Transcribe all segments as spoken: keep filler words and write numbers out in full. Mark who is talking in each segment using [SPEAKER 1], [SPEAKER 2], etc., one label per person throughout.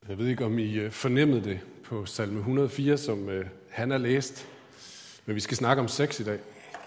[SPEAKER 1] Jeg ved ikke, om I fornemmede det på salme et hundrede og fire, som uh, han har læst. Men vi skal snakke om sex i dag.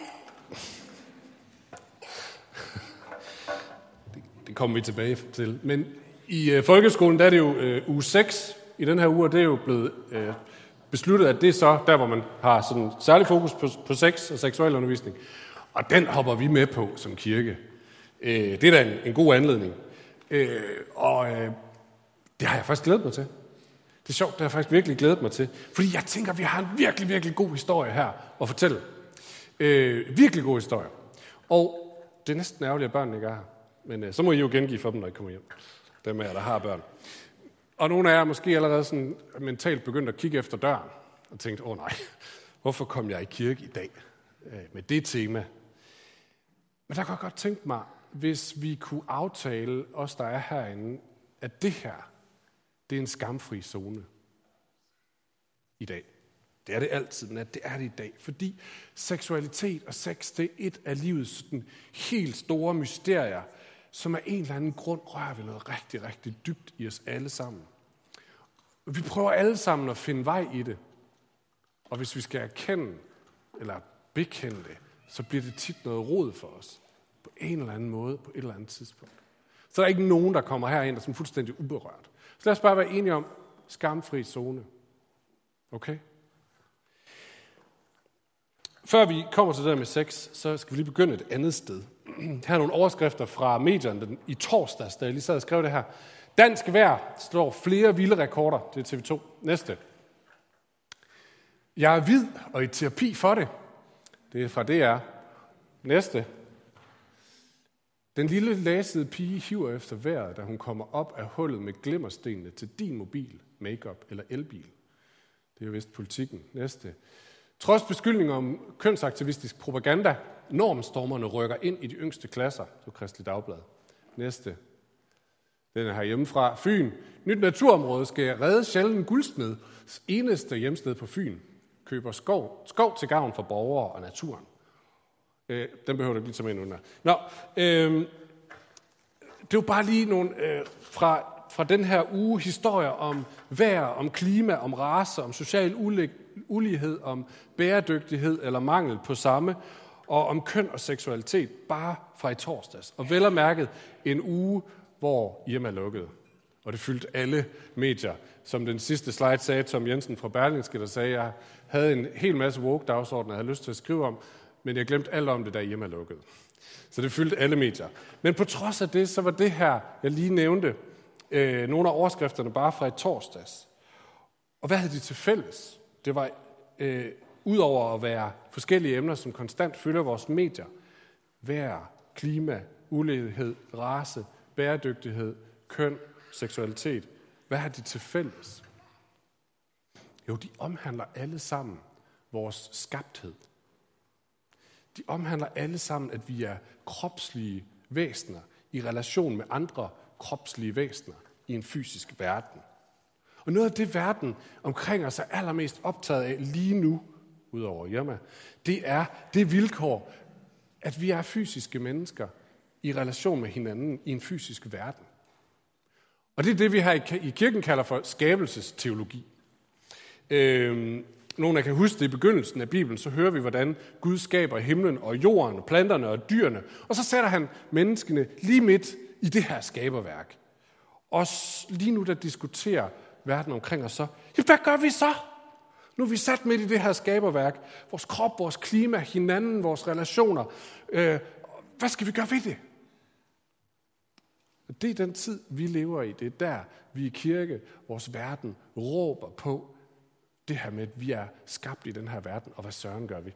[SPEAKER 1] det, det kommer vi tilbage til. Men i uh, folkeskolen, der er det jo uh, uge seks i den her uge, og det er jo blevet uh, besluttet, at det er så der, hvor man har sådan særlig fokus på, på sex og seksuel undervisning. Og den hopper vi med på som kirke. Uh, det er da en, en god anledning. Uh, og... Uh, Det har jeg faktisk glædet mig til. Det er sjovt, det har jeg faktisk virkelig glædet mig til. Fordi jeg tænker, at vi har en virkelig, virkelig god historie her at fortælle. Øh, virkelig god historie. Og det er næsten ærgerligt, at børnene ikke er her. Men øh, så må I jo gengive for dem, når I kommer hjem. Dem af jer, der har børn. Og nogle af jer er måske allerede sådan mentalt begyndt at kigge efter døren. Og tænkt, åh nej, hvorfor kom jeg i kirke i dag øh, med det tema? Men der kan jeg godt tænke mig, hvis vi kunne aftale os, der er herinde, at det her, det er en skamfri zone i dag. Det er det altid, men det er det i dag. Fordi seksualitet og sex, det er et af livets sådan helt store mysterier, som af en eller anden grund rører ved noget rigtig, rigtig dybt i os alle sammen. Vi prøver alle sammen at finde vej i det. Og hvis vi skal erkende eller bekende det, så bliver det tit noget rod for os. På en eller anden måde, på et eller andet tidspunkt. Så er der ikke nogen, der kommer herind, der er fuldstændig uberørt. Så lad os bare være enige om skamfri zone. Okay? Før vi kommer til det der med sex, så skal vi lige begynde et andet sted. Her er nogle overskrifter fra medierne i torsdags, da jeg lige sad og skrev det her. Dansk vejr slår flere vilde rekorder. Det er T V to. Næste. Jeg er hvid og i terapi for det. Det er fra D R. Næste. Den lille lasede pige hiver efter vejret, da hun kommer op af hullet med glimmerstenene til din mobil, makeup eller elbil. Det er jo vist Politikken. Næste. Trods beskyldninger om kønsaktivistisk propaganda, normstormerne rykker ind i de yngste klasser, så Kristeligt Dagblad. Næste. Den er her hjemmefra. Fyn. Nyt naturområde skal redde sjælden guldsmed. Eneste hjemsted på Fyn. Køber skov, skov til gavn for borgere og naturen. Øh, den behøver du ikke lige tage med ind under. Nå, øh, det er jo bare lige nogle øh, fra, fra den her uge historier om vejr, om klima, om race, om social ulighed, om bæredygtighed eller mangel på samme, og om køn og seksualitet, bare fra i torsdags. Og vel og mærket en uge, hvor Irma lukkede. Og det fyldte alle medier. Som den sidste slide sagde Tom Jensen fra Berlingske, der sagde, at jeg havde en hel masse woke-dagsordner, jeg havde lyst til at skrive om, men jeg glemte alt om det, da Irma lukkede. Så det fyldte alle medier. Men på trods af det, så var det her, jeg lige nævnte, øh, nogle af overskrifterne bare fra i torsdags. Og hvad havde de til fælles? Det var, øh, udover at være forskellige emner, som konstant fylder vores medier, vejr, klima, ulighed, race, bæredygtighed, køn, seksualitet. Hvad har de til fælles? Jo, de omhandler alle sammen vores skabthed. De omhandler alle sammen, at vi er kropslige væsener i relation med andre kropslige væsener i en fysisk verden. Og noget af det, verden omkring os er allermest optaget af lige nu, udover Irma, det er det vilkår, at vi er fysiske mennesker i relation med hinanden i en fysisk verden. Og det er det, vi her i kirken kalder for skabelsesteologi. Øhm, Nogle af kan huske det i begyndelsen af Bibelen, så hører vi, hvordan Gud skaber himlen og jorden, og planterne og dyrene. Og så sætter han menneskene lige midt i det her skaberværk. Og lige nu, der diskuterer verden omkring os så, ja, hvad gør vi så? Nu er vi sat midt i det her skaberværk. Vores krop, vores klima, hinanden, vores relationer. Øh, hvad skal vi gøre ved det? Det er den tid, vi lever i. Det er der, vi i kirke, vores verden, råber på, det her med, at vi er skabt i den her verden, og hvad søren gør vi?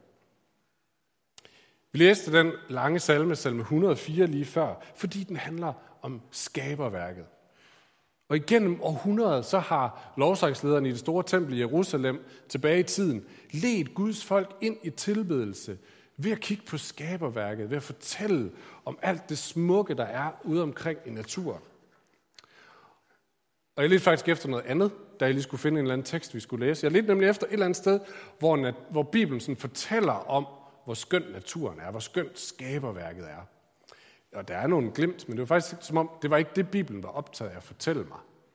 [SPEAKER 1] Vi læste den lange salme, salme et hundrede og fire lige før, fordi den handler om skaberværket. Og igennem århundreder, så har lovsangslederne i det store tempel i Jerusalem tilbage i tiden ledt Guds folk ind i tilbedelse ved at kigge på skaberværket, ved at fortælle om alt det smukke, der er ude omkring i naturen. Og jeg ledte faktisk efter noget andet, da jeg lige skulle finde en eller anden tekst, vi skulle læse. Jeg ledte nemlig efter et eller andet sted, hvor, nat- hvor Bibelen sådan fortæller om, hvor skønt naturen er, hvor skønt skaberværket er. Og der er nogle glimt, men det var faktisk som om, det var ikke det, Bibelen var optaget af at fortælle mig.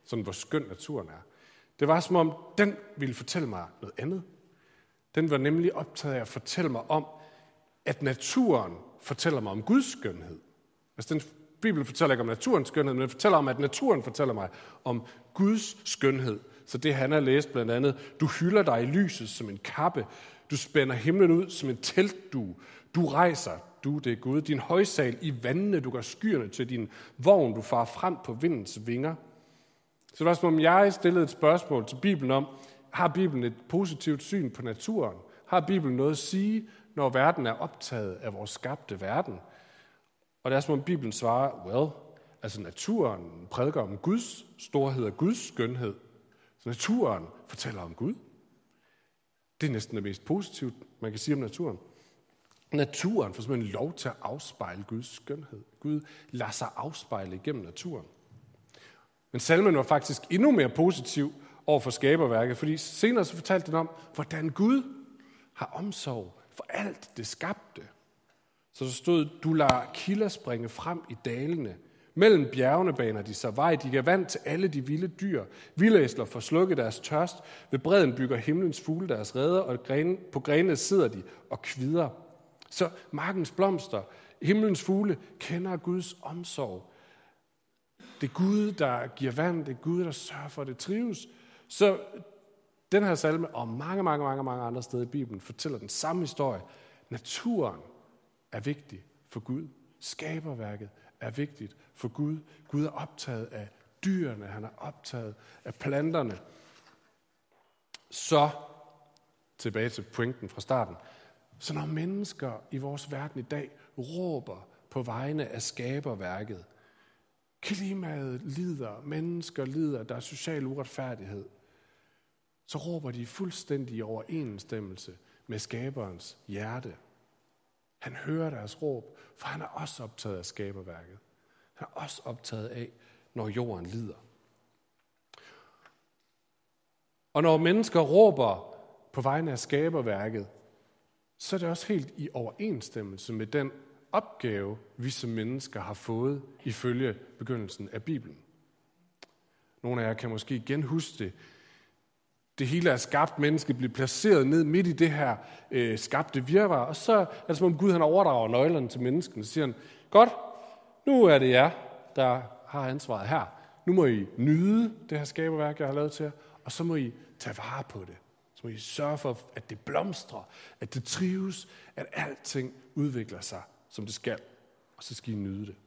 [SPEAKER 1] sådan hvor skøn naturen er. Det var som om, den ville fortælle mig noget andet. Den var nemlig optaget af at fortælle mig om, at naturen fortæller mig om Guds skønhed. Altså den Bibelen fortæller ikke om naturens skønhed, men den fortæller om, at naturen fortæller mig om Guds skønhed. Så det han har læst blandt andet, du hylder dig i lyset som en kappe, du spænder himlen ud som en teltdue, du rejser, du det er Gud, din højsal i vandene, du gør skyerne til din vogn, du farer frem på vindens vinger. Så det var som om jeg stillede et spørgsmål til Bibelen om, har Bibelen et positivt syn på naturen? Har Bibelen noget at sige, når verden er optaget af vores skabte verden? Og det er som om Bibelen svarer, well, altså naturen prædiker om Guds storhed og Guds skønhed. Så naturen fortæller om Gud. Det er næsten det mest positivt, man kan sige om naturen. Naturen får simpelthen lov til at afspejle Guds skønhed. Gud lader sig afspejle igennem naturen. Men salmen var faktisk endnu mere positiv over for skaberværket, fordi senere så fortalte den om, hvordan Gud har omsorg for alt det skabte. Så der stod, du lader kilder springe frem i dalene. Mellem bjergene baner de sig vej, de giver vand til alle de vilde dyr. Vildæsler får slukket deres tørst. Ved bredden bygger himlens fugle deres reder, og på grenene sidder de og kvider. Så markens blomster, himlens fugle, kender Guds omsorg. Det er Gud, der giver vand, det er Gud, der sørger for, at det trives. Så den her salme, og mange, mange, mange, mange andre steder i Bibelen, fortæller den samme historie. Naturen er vigtig for Gud. Skaberværket er vigtigt for Gud. Gud er optaget af dyrene, han er optaget af planterne. Så, tilbage til pointen fra starten, så når mennesker i vores verden i dag råber på vegne af skaberværket, klimaet lider, mennesker lider, der er social uretfærdighed, så råber de fuldstændig i overensstemmelse med skaberens hjerte. Han hører deres råb, for han er også optaget af skaberværket. Han er også optaget af, når jorden lider. Og når mennesker råber på vegne af skaberværket, så er det også helt i overensstemmelse med den opgave, vi som mennesker har fået ifølge begyndelsen af Bibelen. Nogle af jer kan måske igen huske det. Det hele er skabt, mennesket bliver placeret ned midt i det her øh, skabte virvar, og så er det som om Gud han overdrager nøglerne til menneskene. Så siger han, godt, nu er det jer, der har ansvaret her. Nu må I nyde det her skaberværk, jeg har lavet til jer, og så må I tage vare på det. Så må I sørge for, at det blomstrer, at det trives, at alting udvikler sig, som det skal. Og så skal I nyde det.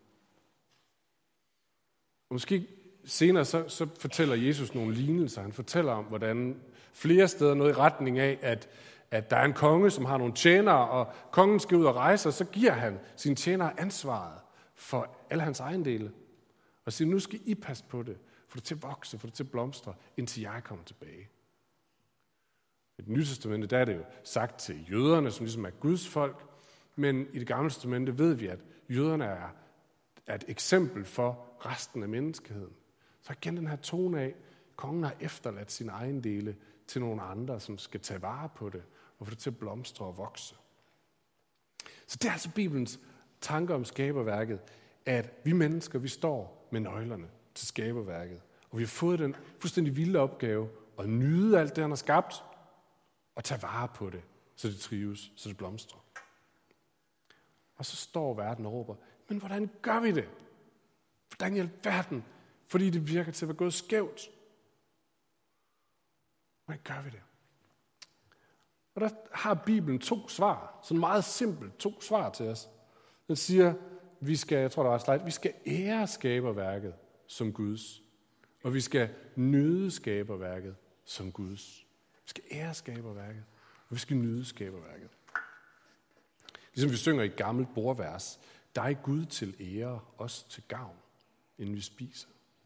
[SPEAKER 1] Og måske senere så, så fortæller Jesus nogle lignelser. Han fortæller om, hvordan flere steder noget i retning af, at, at der er en konge, som har nogle tjenere, og kongen skal ud og rejse, og så giver han sine tjenere ansvaret for alle hans ejendele. Og siger, nu skal I passe på det, få det til at vokse, få det til at blomstre, indtil jeg kommer tilbage. I det nye testamente, der er det jo sagt til jøderne, som ligesom er Guds folk, men i det gamle testamente ved vi, at jøderne er, er et eksempel for resten af menneskeheden. Så igen den her tone af, kongen har efterladt sine ejendele til nogle andre, som skal tage vare på det, og få det til at blomstre og vokse. Så det er altså Bibelens tanker om skaberværket, at vi mennesker, vi står med nøglerne til skaberværket, og vi har fået den fuldstændig vilde opgave at nyde alt det, han har skabt, og tage vare på det, så det trives, så det blomstrer. Og så står verden og råber, men hvordan gør vi det? Hvordan i alverden? Fordi det virker til at være gået skævt. Hvordan gør vi det? Og der har Bibelen to svar, sådan meget simpelt to svar til os. Den siger, vi skal, jeg tror der var et slide, vi skal ære skaberværket som Guds, og vi skal nyde skaberværket som Guds. Vi skal ære skaberværket, og vi skal nyde skaberværket. Ligesom vi synger i et gammelt bordvers, dig Gud til ære, os til gavn, inden vi spiser.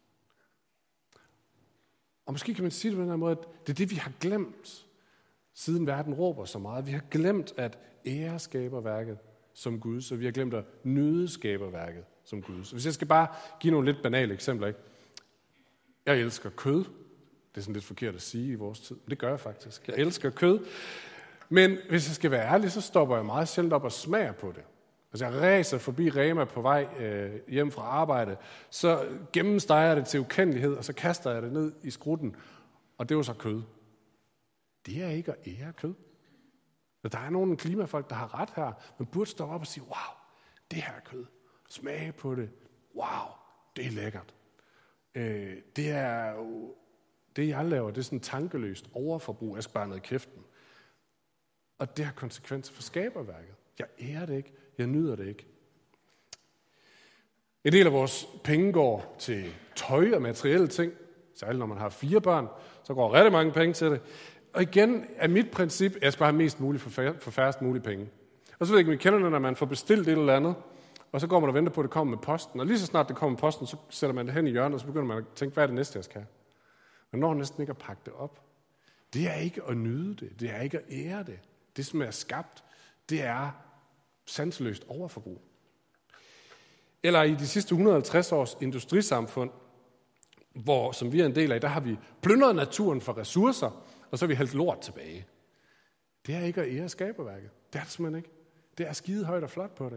[SPEAKER 1] Og måske kan man sige det på den her måde, at det er det, vi har glemt, siden verden råber så meget. Vi har glemt at ære skaberværket som Gud, så vi har glemt at nyde skaberværket som Gud. Så hvis jeg skal bare give nogle lidt banale eksempler, ikke? Jeg elsker kød. Det er sådan lidt forkert at sige i vores tid, men det gør jeg faktisk. Jeg elsker kød. Men hvis jeg skal være ærlig, så stopper jeg meget sjældent op og smager på det. Hvis jeg ræser forbi Rema på vej øh, hjem fra arbejde, så gennemsteger jeg det til ukendelighed, og så kaster jeg det ned i skrutten, og det er jo så kød. Det er ikke at ære kød. Der er nogle klimafolk, der har ret her. Man burde stå op og sige, wow, det her er kød. Smage på det. Wow, det er lækkert. Øh, det er jo, det jeg laver, det er sådan tankeløst overforbrug. Jeg skal bare ned i kæften. Og det har konsekvenser for skaberværket. Jeg ærer det ikke. Jeg nyder det ikke. En del af vores penge går til tøj og materielle ting. Særligt når man har fire børn, så går rigtig mange penge til det. Og igen er mit princip, at jeg skal have mest muligt for, fær- for færrest mulige penge. Og så ved jeg ikke, om I kender det, når man får bestilt et eller andet, og så går man og venter på, at det kommer med posten. Og lige så snart det kommer med posten, så sætter man det hen i hjørnet, og så begynder man at tænke, hvad er det næste, jeg skal have? Man når næsten ikke at pakke det op. Det er ikke at nyde det. Det er ikke at ære det. Det, som er skabt, det er sanseløst overforbrug. Eller i de sidste et hundrede og halvtreds års industrisamfund, hvor, som vi er en del af, der har vi plyndret naturen for ressourcer, og så har vi hældt lort tilbage. Det er ikke at ære skaberværket. Det er det simpelthen ikke. Det er skide højt og flot på det.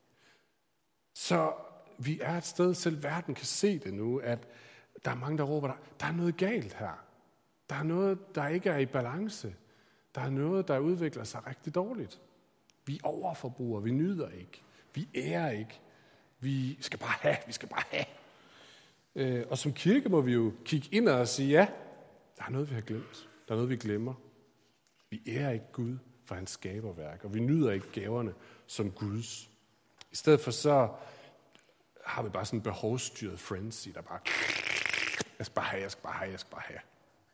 [SPEAKER 1] Så vi er et sted, selv verden kan se det nu, at der er mange, der råber, der, der er noget galt her. Der er noget, der ikke er i balance. Der er noget, der udvikler sig rigtig dårligt. Vi overforbruger, vi nyder ikke. Vi ærer ikke. Vi skal bare have, vi skal bare have. Øh, og som kirke må vi jo kigge ind og sige, ja, der er noget, vi har glemt. Der er noget, vi glemmer. Vi ærer ikke Gud for hans skaberværk, og vi nyder ikke gaverne som Guds. I stedet for så har vi bare sådan en behovsstyret frenzy, der bare, jeg skal bare have, jeg skal bare have, jeg skal bare have.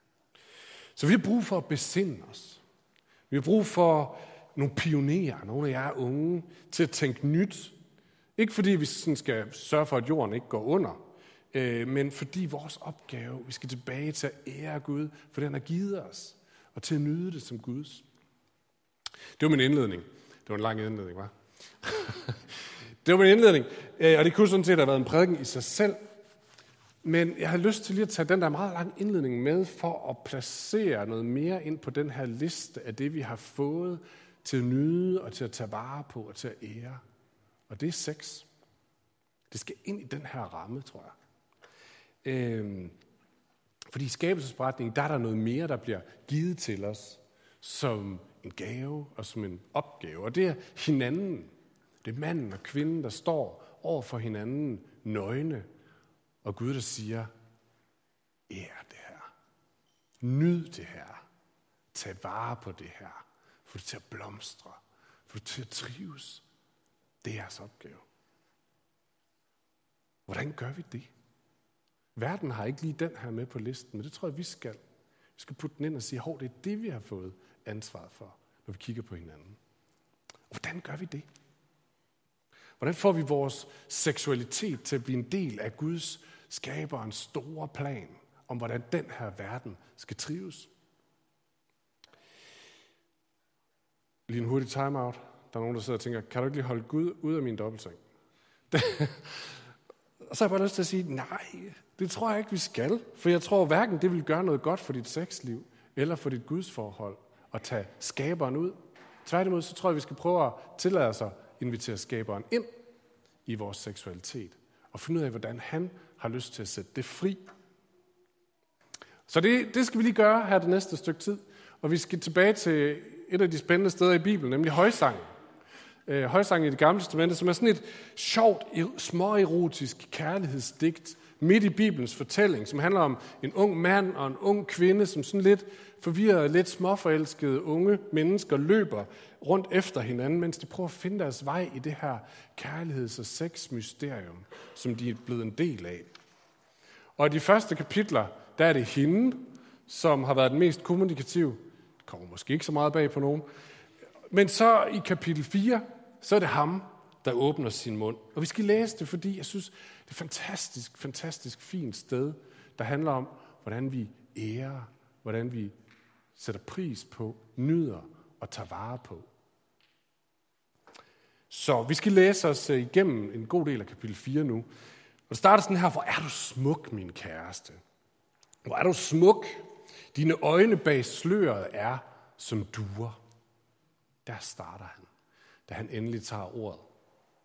[SPEAKER 1] Så vi har brug for at besinde os. Vi har brug for nogle pionerer, nogle af jer unge, til at tænke nyt. Ikke fordi vi sådan skal sørge for, at jorden ikke går under, øh, men fordi vores opgave, vi skal tilbage til at ære Gud, for den har givet os, og til at nyde det som Guds. Det var min indledning. Det var en lang indledning, hva'? Det var min indledning, øh, og det kunne sådan set have været en prædiken i sig selv, men jeg har lyst til lige at tage den der meget lange indledning med, for at placere noget mere ind på den her liste af det, vi har fået til at nyde og til at tage vare på og til at ære. Og det er sex. Det skal ind i den her ramme, tror jeg. Øhm, fordi i skabelsesberetningen, der er der noget mere, der bliver givet til os som en gave og som en opgave. Og det er hinanden. Det er manden og kvinden, der står over for hinanden nøgne. Og Gud, der siger, ær det her. Nyd det her. Tag vare på det her. Få det til at blomstre. Få det til at trives. Det er jeres opgave. Hvordan gør vi det? Verden har ikke lige den her med på listen, men det tror jeg, vi skal. Vi skal putte den ind og sige, hov, det er det, vi har fået ansvaret for, når vi kigger på hinanden. Og hvordan gør vi det? Hvordan får vi vores seksualitet til at blive en del af Guds skaberens store plan, om hvordan den her verden skal trives? Lige en hurtig timeout. Der er nogen, der sidder og tænker, kan du ikke lige holde Gud ud af min dobbeltseng? Og så har jeg bare lyst til at sige, nej, det tror jeg ikke, vi skal. For jeg tror hverken, det vil gøre noget godt for dit sexliv, eller for dit gudsforhold, at tage skaberen ud. Tværtimod, så tror jeg, vi skal prøve at tillade os at invitere skaberen ind i vores seksualitet, og finde ud af, hvordan han har lyst til at sætte det fri. Så det, det skal vi lige gøre her det næste stykke tid. Og vi skal tilbage til et af de spændende steder i Bibelen, nemlig højsangen. Øh, højsangen i Det Gamle Testamente, som er sådan et sjovt, småerotisk kærlighedsdigt midt i Bibelens fortælling, som handler om en ung mand og en ung kvinde, som sådan lidt forvirrede, lidt småforelskede unge mennesker løber rundt efter hinanden, mens de prøver at finde deres vej i det her kærligheds- og sexmysterium, som de er blevet en del af. Og i de første kapitler, der er det hende, som har været den mest kommunikative. Det kommer måske ikke så meget bag på nogen. Men så i kapitel fire, så er det ham, der åbner sin mund. Og vi skal læse det, fordi jeg synes, det er et fantastisk, fantastisk fint sted, der handler om, hvordan vi ærer, hvordan vi sætter pris på, nyder og tager vare på. Så vi skal læse os igennem en god del af kapitel fire nu. Og det starter sådan her, hvor er du smuk, min kæreste. Hvor er du smuk. Dine øjne bag sløret er som duer. Der starter han, da han endelig tager ordet.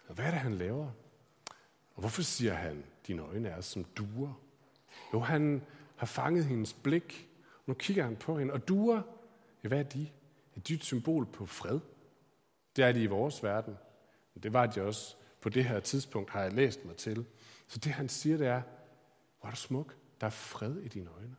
[SPEAKER 1] Og hvad er det, han laver? Og hvorfor siger han, dine øjne er som duer? Jo, han har fanget hendes blik. Nu kigger han på hende. Og duer, ja, hvad er de? Et dybt symbol på fred. Det er de i vores verden. Det var de også på det her tidspunkt, har jeg læst mig til. Så det, han siger, det er, hvor er du smuk. Der er fred i dine øjne.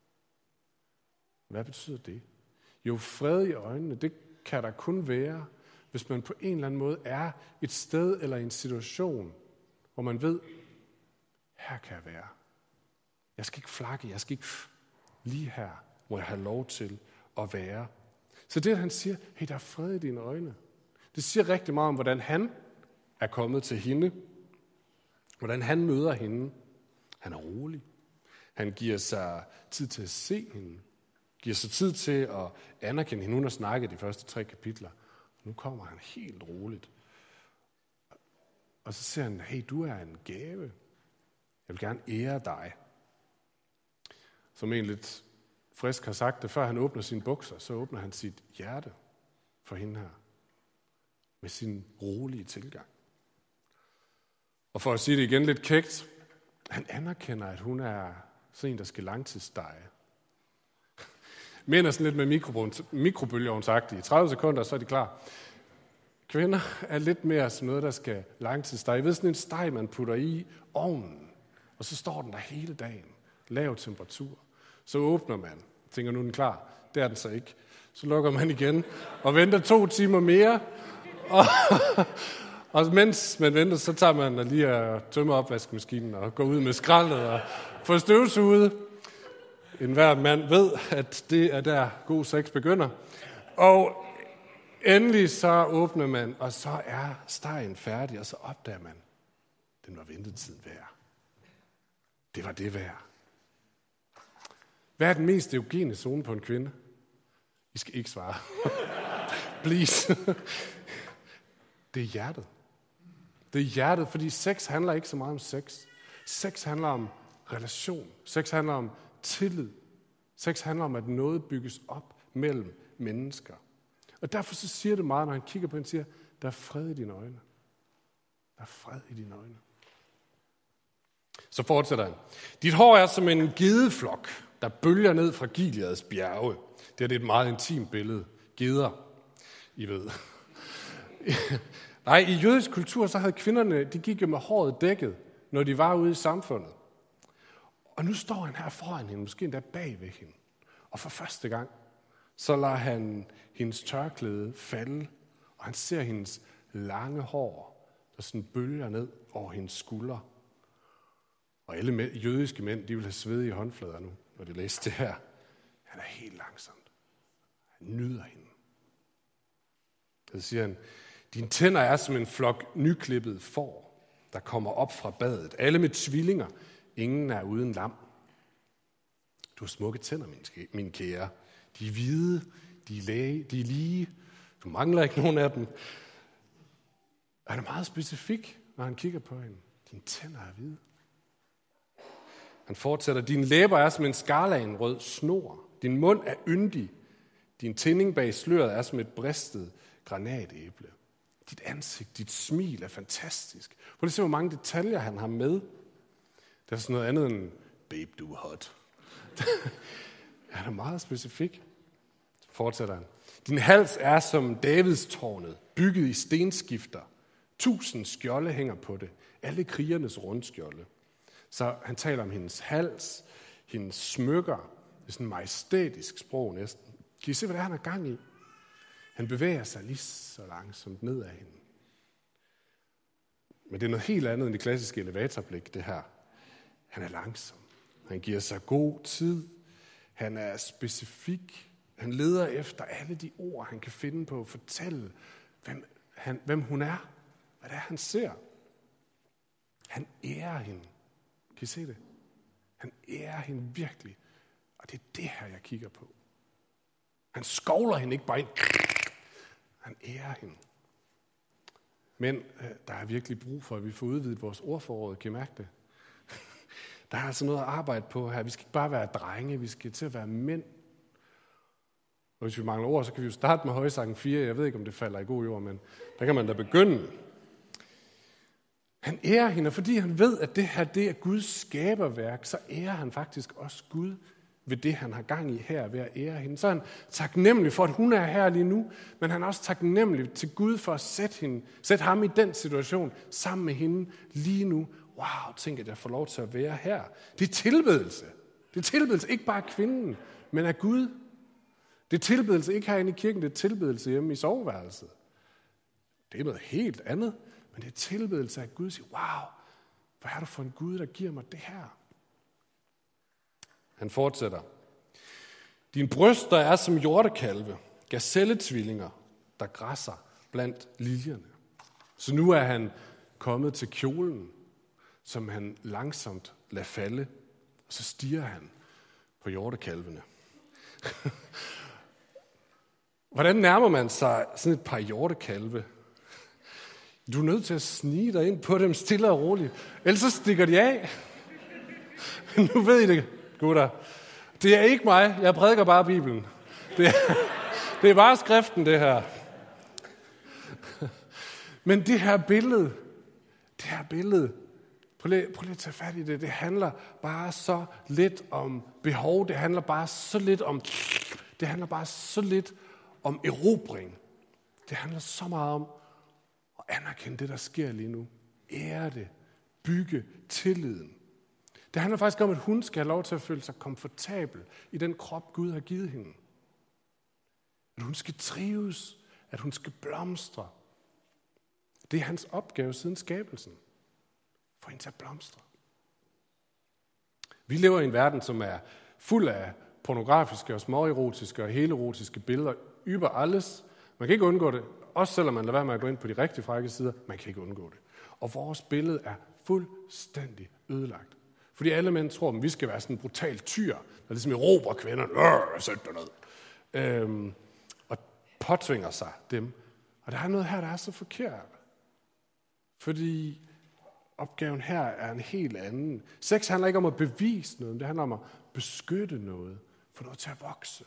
[SPEAKER 1] Hvad betyder det? Jo, fred i øjnene, det kan der kun være, hvis man på en eller anden måde er et sted eller en situation, hvor man ved, her kan jeg være. Jeg skal ikke flakke, jeg skal ikke lige her, hvor jeg har lov til at være. Så det, han siger, hey, der er fred i dine øjne. Det siger rigtig meget om, hvordan han er kommet til hende. Hvordan han møder hende. Han er rolig. Han giver sig tid til at se hende. Giver sig tid til at anerkende hende. Hun har snakket de første tre kapitler. Nu kommer han helt roligt. Og så siger han, hey, du er en gave. Jeg vil gerne ære dig. Som en lidt frisk har sagt det, før han åbner sine bukser, så åbner han sit hjerte for hende her. Med sin rolige tilgang. Og for at sige det igen lidt kægt, han anerkender, at hun er sådan en, der skal langtidsstege. Mænd er sådan lidt med mikrobølgeovnsagtige. I tredive sekunder, så er de klar. Kvinder er lidt mere sådan noget, der skal langtidsstege. Jeg ved sådan en steg, man putter i ovnen, og så står den der hele dagen. Lav temperatur. Så åbner man. Tænker, nu er den klar. Det er den så ikke. Så lukker man igen og venter to timer mere. Og, og mens man venter, så tager man og lige at tømme opvaskemaskinen og går ud med skraldet og får støvsuget. En hver mand ved, at det er der god sex begynder. Og endelig så åbner man, og så er stegen færdig, og så opdager man, den var ventetiden værd. Det var det værd. Hvad er den mest erogene zone på en kvinde? I skal ikke svare. Please. Det er hjertet. Det er hjertet, fordi sex handler ikke så meget om sex. Sex handler om relation. Sex handler om tillid. Sex handler om, at noget bygges op mellem mennesker. Og derfor så siger det meget, når han kigger på hende, siger, der er fred i dine øjne. Der er fred i dine øjne. Så fortsætter han. Dit hår er som en gedeflok, der bølger ned fra Gileads bjerge. Det er et meget intimt billede. Geder, I ved. Nej, i jødisk kultur, så havde kvinderne, de gik jo med håret dækket, når de var ude i samfundet. Og nu står han her foran hende, måske endda bag ved hende. Og for første gang, så lader han hendes tørklæde falde, og han ser hendes lange hår, der sådan bølger ned over hendes skuldre. Og alle mænd, jødiske mænd, de vil have svedige håndflader nu, når de læser det her. Han er helt langsomt. Han nyder hende. Så siger han, dine tænder er som en flok nyklippet får, der kommer op fra badet. Alle med tvillinger. Ingen er uden lam. Du har smukke tænder, min kære. De er hvide, de er, læge, de er lige. Du mangler ikke nogen af dem. Han er meget specifik, når han kigger på hende. Dine tænder er hvide. Han fortsætter, dine læber er som en skala af en rød snor. Din mund er yndig. Din tænding bag sløret er som et bristet granatæble. Dit ansigt, dit smil er fantastisk. Prøv at se, hvor mange detaljer han har med. Det er sådan noget andet end, babe, du er hot. Han er meget specifik. Så fortsætter han. Din hals er som Davidstårnet, bygget i stenskifter. Tusind skjolde hænger på det. Alle krigernes rundskjolde. Så han taler om hendes hals, hendes smykker. Det er sådan en majestætisk sprog næsten. Kan I se, hvad det er, han er gang i? Han bevæger sig lige så langsomt ned ad hende. Men det er noget helt andet end det klassiske elevatorblik, det her. Han er langsom. Han giver sig god tid. Han er specifik. Han leder efter alle de ord, han kan finde på at fortælle, hvem, han, hvem hun er. Hvad det er, han ser. Han ærer hende. Kan I se det? Han ærer hende virkelig. Og det er det her, jeg kigger på. Han skovler hende ikke bare ind. Han ærer hende. Men øh, der er virkelig brug for, at vi får udvidet vores ordforråd. Kan I mærke det? Der er altså noget at arbejde på her. Vi skal ikke bare være drenge, vi skal til at være mænd. Og hvis vi mangler ord, så kan vi jo starte med Højsangen fire. Jeg ved ikke, om det falder i god jord, men der kan man da begynde. Han ærer hende, og fordi han ved, at det her det er Guds skaberværk, så ærer han faktisk også Gud ved det, han har gang i her ved at ære hende. Så er han taknemmelig for, at hun er her lige nu, men han er også taknemmelig til Gud for at sætte, hende, sætte ham i den situation sammen med hende lige nu. Wow, tænk, at jeg får lov til at være her. Det er tilbedelse. Det er tilbedelse ikke bare af kvinden, men af Gud. Det er tilbedelse ikke herinde i kirken, det er tilbedelse hjemme i soveværelset. Det er noget helt andet, men det er tilbedelse af Gud. Siger, wow, hvad er du for en Gud, der giver mig det her? Han fortsætter. Din bryster er som hjortekalve, gazelletvillinger, der græsser blandt liljerne. Så nu er han kommet til kjolen, som han langsomt lader falde, og så stiger han på hjortekalvene. Hvordan nærmer man sig sådan et par hjortekalve? Du er nødt til at snige dig ind på dem stille og roligt, ellers så stikker de af. Nu ved I det, gutter. Det er ikke mig, jeg prædiker bare Bibelen. Det er, det er bare skriften, det her. Men det her billede, det her billede, prøv lige, prøv lige at tage fat i det, det handler bare så lidt om behov, det handler bare så lidt om, det handler bare så lidt om erobring. Det handler så meget om at anerkende det, der sker lige nu. Ære det, bygge tilliden. Det handler faktisk om, at hun skal have lov til at føle sig komfortabel i den krop, Gud har givet hende. At hun skal trives, at hun skal blomstre. Det er hans opgave siden skabelsen. Få hende til at blomstre. Vi lever i en verden, som er fuld af pornografiske og småerotiske og helerotiske billeder. Über alles. Man kan ikke undgå det. Også selvom man lader være med at gå ind på de rigtig frække sider. Man kan ikke undgå det. Og vores billede er fuldstændig ødelagt. Fordi alle mænd tror, at vi skal være sådan en brutal tyr, der ligesom erobrer kvinderne. Sæt dig ned. Øhm, og påtvinger sig dem. Og der er noget her, der er så forkert. Fordi opgaven her er en helt anden. Sex handler ikke om at bevise noget, det handler om at beskytte noget, få noget til at vokse.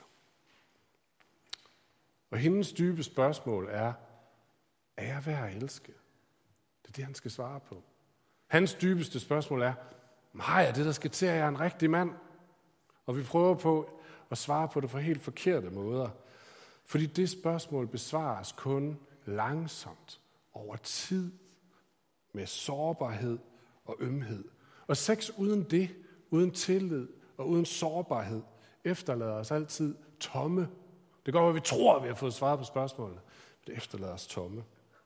[SPEAKER 1] Og hendes dybe spørgsmål er, er jeg værd at elske? Det er det, han skal svare på. Hans dybeste spørgsmål er, har jeg det, der skal til, at jeg er en rigtig mand? Og vi prøver på at svare på det på helt forkerte måder. Fordi det spørgsmål besvares kun langsomt, over tid, med sårbarhed og ømhed. Og sex uden det, uden tillid og uden sårbarhed, efterlader os altid tomme. Det går, at vi tror, at vi har fået svaret på spørgsmålene. Det efterlader os tomme.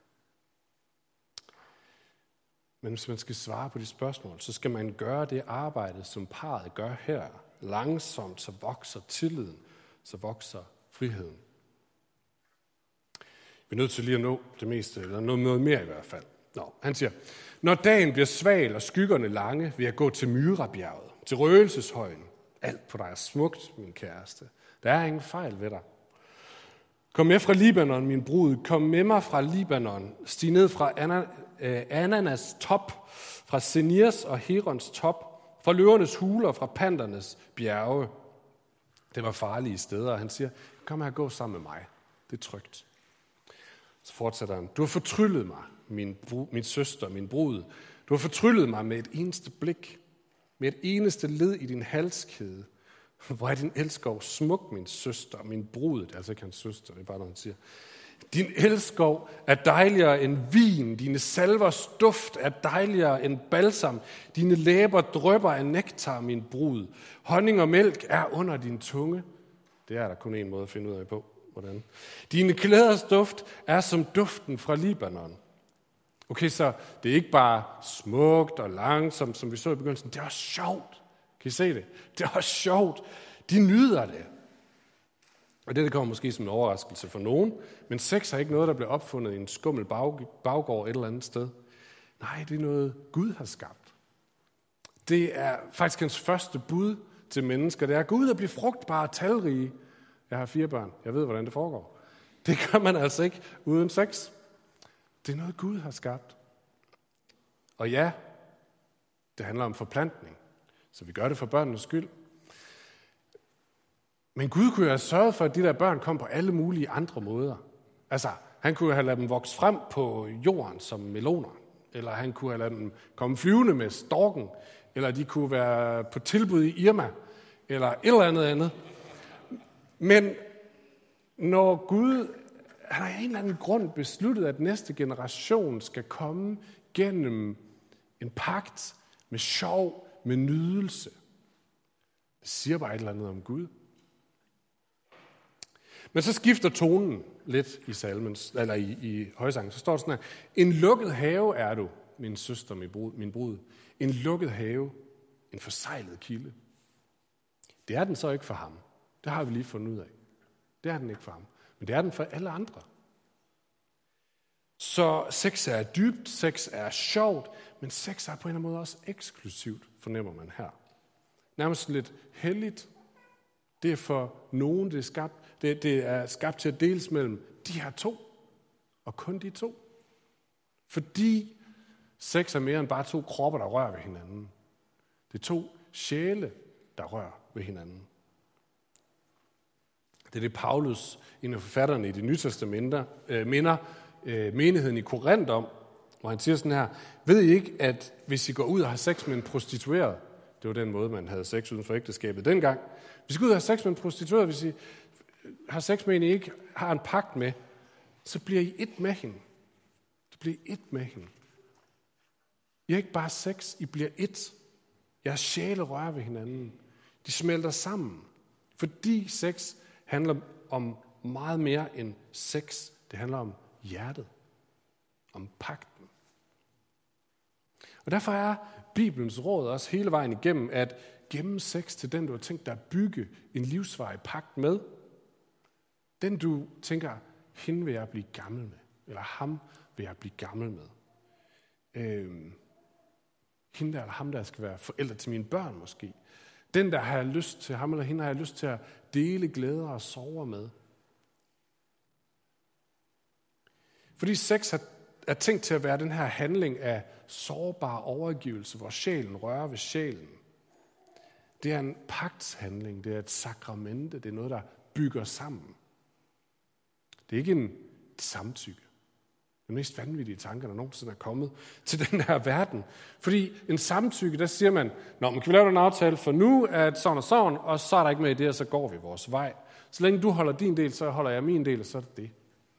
[SPEAKER 1] Men hvis man skal svare på de spørgsmål, så skal man gøre det arbejde, som parret gør her. Langsomt, så vokser tilliden, så vokser friheden. Vi er nødt til lige at nå det meste, eller noget mere i hvert fald. Nå, han siger, når dagen bliver sval og skyggerne lange, vil jeg gå til Myrabjerget, til røgelseshøjen. Alt på dig er smukt, min kæreste. Der er ingen fejl ved dig. Kom med fra Libanon, min brud. Kom med mig fra Libanon. Stig ned fra Ana, øh, Ananas top, fra Senirs og Herons top, fra løvernes huler, fra pandernes bjerge. Det var farlige steder, og han siger, kom her og gå sammen med mig. Det er trygt. Så fortsætter han, du har fortryllet mig, min, bro, min søster, min brud. Du har fortryllet mig med et eneste blik, med et eneste led i din halskæde. Hvor er din elskov smuk, min søster, min brud. Det er altså ikke hans søster, det er bare noget, han siger. Din elskov er dejligere end vin. Dine salvers duft er dejligere end balsam. Dine læber drypper af nektar, min brud. Honning og mælk er under din tunge. Det er der kun en måde at finde ud af på. Hvordan? Dine klæders duft er som duften fra Libanon. Okay, så det er ikke bare smukt og langsomt, som vi så i begyndelsen. Det er også sjovt. Kan I se det? Det er også sjovt. De nyder det. Og det, det kommer måske som en overraskelse for nogen, men sex er ikke noget, der bliver opfundet i en skummel bag, baggård et eller andet sted. Nej, det er noget, Gud har skabt. Det er faktisk hans første bud til mennesker. Det er, gå ud og blive frugtbare og talrige. Jeg har fire børn. Jeg ved, hvordan det foregår. Det gør man altså ikke uden sex. Det er noget, Gud har skabt. Og ja, det handler om forplantning. Så vi gør det for børnenes skyld. Men Gud kunne jo have sørget for, at de der børn kom på alle mulige andre måder. Altså, han kunne jo have ladet dem vokse frem på jorden som meloner. eller han kunne have ladet dem komme flyvende med storken, eller de kunne være på tilbud i Irma, eller et eller andet andet. Men når Gud han har af en eller anden grund besluttet, at næste generation skal komme gennem en pagt med sjov, med nydelse, det siger bare et eller andet om Gud. Men så skifter tonen lidt i salmen, eller i, i højsangen. Så står det sådan her: en lukket have er du, min søster, min brud, min brud. En lukket have, en forsejlet kilde. Det er den så ikke for ham. Det har vi lige fundet ud af. Det er den ikke for ham. Men det er den for alle andre. Så sex er dybt, sex er sjovt, men sex er på en eller anden måde også eksklusivt, fornemmer man her. Nærmest lidt helligt. Det er for nogen, det er skabt, det, det er skabt til at deles mellem de her to, og kun de to. Fordi sex er mere end bare to kropper, der rører ved hinanden. Det er to sjæle, der rører ved hinanden. Det er det, Paulus, en af forfatterne i Det Nye Testamente, øh, minder øh, menigheden i Korinth om, hvor han siger sådan her: ved I ikke, at hvis I går ud og har sex med en prostitueret, det var den måde, man havde sex uden for ægteskabet dengang, hvis I går ud og har sex med en prostitueret, hvis I har sex med en, I ikke har en pagt med, så bliver I et med hende. Det bliver et med hende. I er ikke bare sex, I bliver et. Jeres sjæle rører ved hinanden. De smelter sammen. Fordi sex handler om meget mere end sex. Det handler om hjertet. Om pagten. Og derfor er Bibelens råd også hele vejen igennem, at gemme sex til den, du har tænkt dig at bygge en livsvarig pagt med. Den, du tænker, hende vil jeg blive gammel med. Eller ham vil jeg blive gammel med. Øhm, hende der eller ham der skal være forældre til mine børn måske. Den der har jeg lyst til, ham eller hende har jeg lyst til at dele glæder og sorger med. Fordi sex er tænkt til at være den her handling af sårbar overgivelse, hvor sjælen rører ved sjælen. Det er en pagtshandling, det er et sakramente, det er noget, der bygger sammen. Det er ikke en samtykke. Den mest vanvittige tanker, der nogensinde er kommet til den her verden. Fordi en samtykke, der siger man, nå, men kan vi lave en aftale for nu, at sådan og sådan, og så er der ikke med i det, og så går vi vores vej. Så længe du holder din del, så holder jeg min del, og så er det det.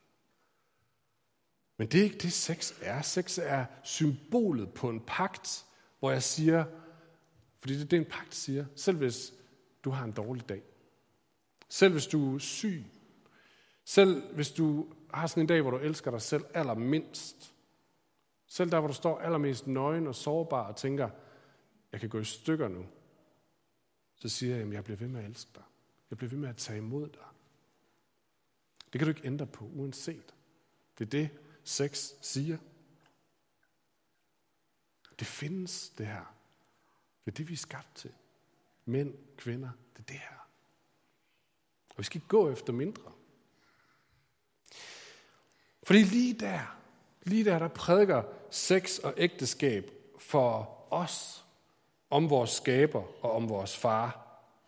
[SPEAKER 1] Men det er ikke det, sex er. Sex er symbolet på en pagt, hvor jeg siger, fordi det er det, en pagt siger, selv hvis du har en dårlig dag, selv hvis du er syg, selv hvis du har sådan en dag, hvor du elsker dig selv allermindst, selv der, hvor du står allermest nøgen og sårbar og tænker, jeg kan gå i stykker nu, så siger jeg, at jeg bliver ved med at elske dig. Jeg bliver ved med at tage imod dig. Det kan du ikke ændre på, uanset. Det er det, sex siger. Det findes, det her. Det er det, vi er skabt til. Mænd, kvinder, det er det her. Og vi skal ikke gå efter mindre. Fordi lige der, lige der, der prædiker sex og ægteskab for os, om vores skaber og om vores far.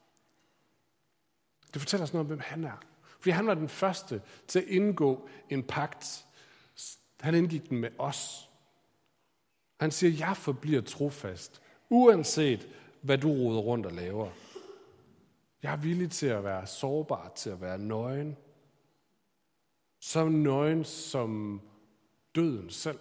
[SPEAKER 1] Det fortæller os noget om, hvem han er. Fordi han var den første til at indgå en pagt. Han indgik den med os. Han siger, jeg forbliver trofast, uanset hvad du roder rundt og laver. Jeg er villig til at være sårbar, til at være nøgen. Så nøgen som døden selv.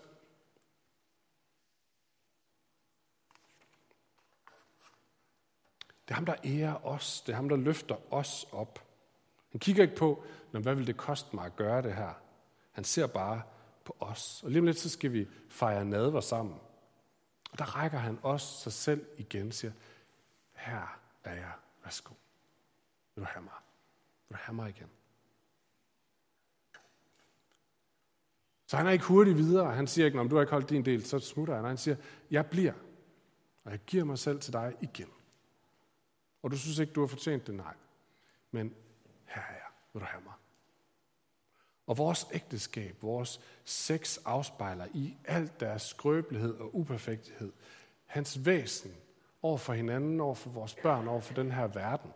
[SPEAKER 1] Det er ham, der ærer os. Det er ham, der løfter os op. Han kigger ikke på, hvad vil det koste mig at gøre det her. Han ser bare på os. Og lige om lidt, så skal vi fejre nadver sammen. Og der rækker han os sig selv igen og siger, her er jeg, værsgo. Vil du have mig? Vil du have mig igen? Så han er ikke hurtigt videre. Han siger ikke, om du har ikke holdt din del, så smutter han. Han siger, jeg bliver, og jeg giver mig selv til dig igen. Og du synes ikke, du har fortjent det? Nej. Men her er jeg. Vil du have mig? Og vores ægteskab, vores sex afspejler i alt deres skrøbelighed og uperfekthed hans væsen over for hinanden, over for vores børn, over for den her verden.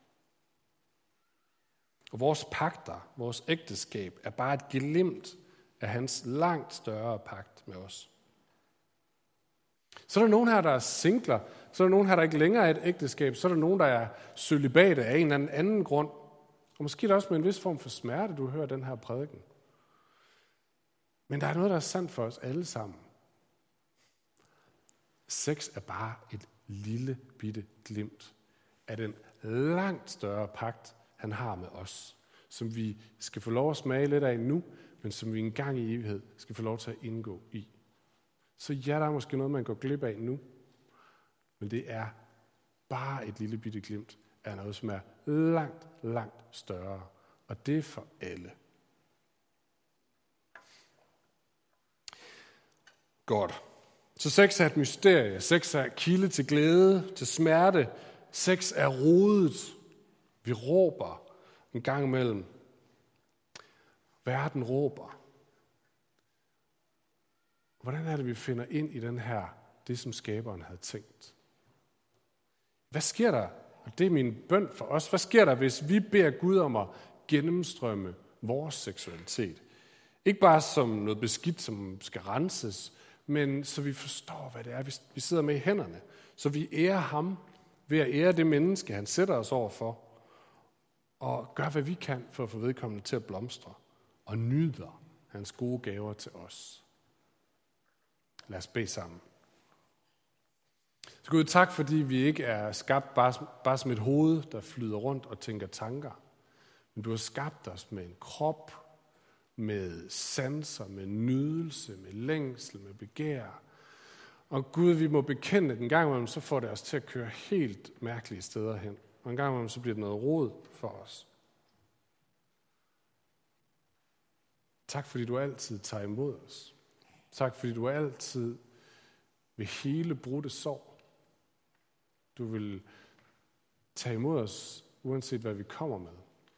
[SPEAKER 1] Og vores pagter, vores ægteskab, er bare et glimt af hans langt større pagt med os. Så er der nogen her, der er singler. Så er der nogen her, der ikke længere er et ægteskab. Så er der nogen, der er cølibate af en eller anden grund. Og måske er det også med en vis form for smerte, du hører den her prædiken. Men der er noget, der er sandt for os alle sammen. Sex er bare et lille bitte glimt af den langt større pagt, han har med os, som vi skal få lov at smage lidt af nu, men som vi engang i evighed skal få lov til at indgå i. Så ja, der er måske noget, man går glip af nu, men det er bare et lille bitte glimt af noget, som er langt, langt større, og det er for alle. Godt. Så sex er et mysterie. Sex er kilde til glæde, til smerte. Sex er rodet. Vi råber en gang imellem. Verden råber. Hvordan er det, vi finder ind i den her, det som skaberen havde tænkt? Hvad sker der? Og det er min bøn for os. Hvad sker der, hvis vi beder Gud om at gennemstrømme vores seksualitet? Ikke bare som noget beskidt, som skal renses, men så vi forstår, hvad det er, vi sidder med i hænderne. Så vi ærer ham ved at ære det menneske, han sætter os over for, og gør, hvad vi kan for at få vedkommende til at blomstre, og nyder hans gode gaver til os. Lad os bede sammen. Så Gud, tak, fordi vi ikke er skabt bare, bare som et hoved, der flyder rundt og tænker tanker, men du har skabt os med en krop, med sanser, med nydelse, med længsel, med begær. Og Gud, vi må bekende, at en gang imellem, så får det os til at køre helt mærkelige steder hen. Og en gang imellem, så bliver det noget rod for os. Tak, fordi du altid tager imod os. Tak, fordi du altid vil hele brudte sår. Du vil tage imod os, uanset hvad vi kommer med.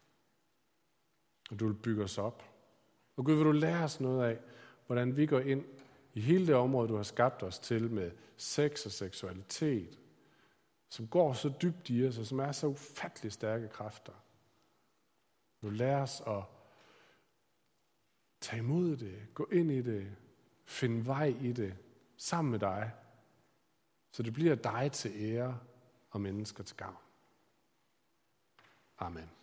[SPEAKER 1] Og du vil bygge os op. Og Gud, vil du lære os noget af, hvordan vi går ind i hele det område, du har skabt os til med sex og seksualitet, som går så dybt i os, og som er så ufattelig stærke kræfter. Du lærer os at tage imod det, gå ind i det, finde vej i det, sammen med dig, så det bliver dig til ære og mennesker til gavn. Amen.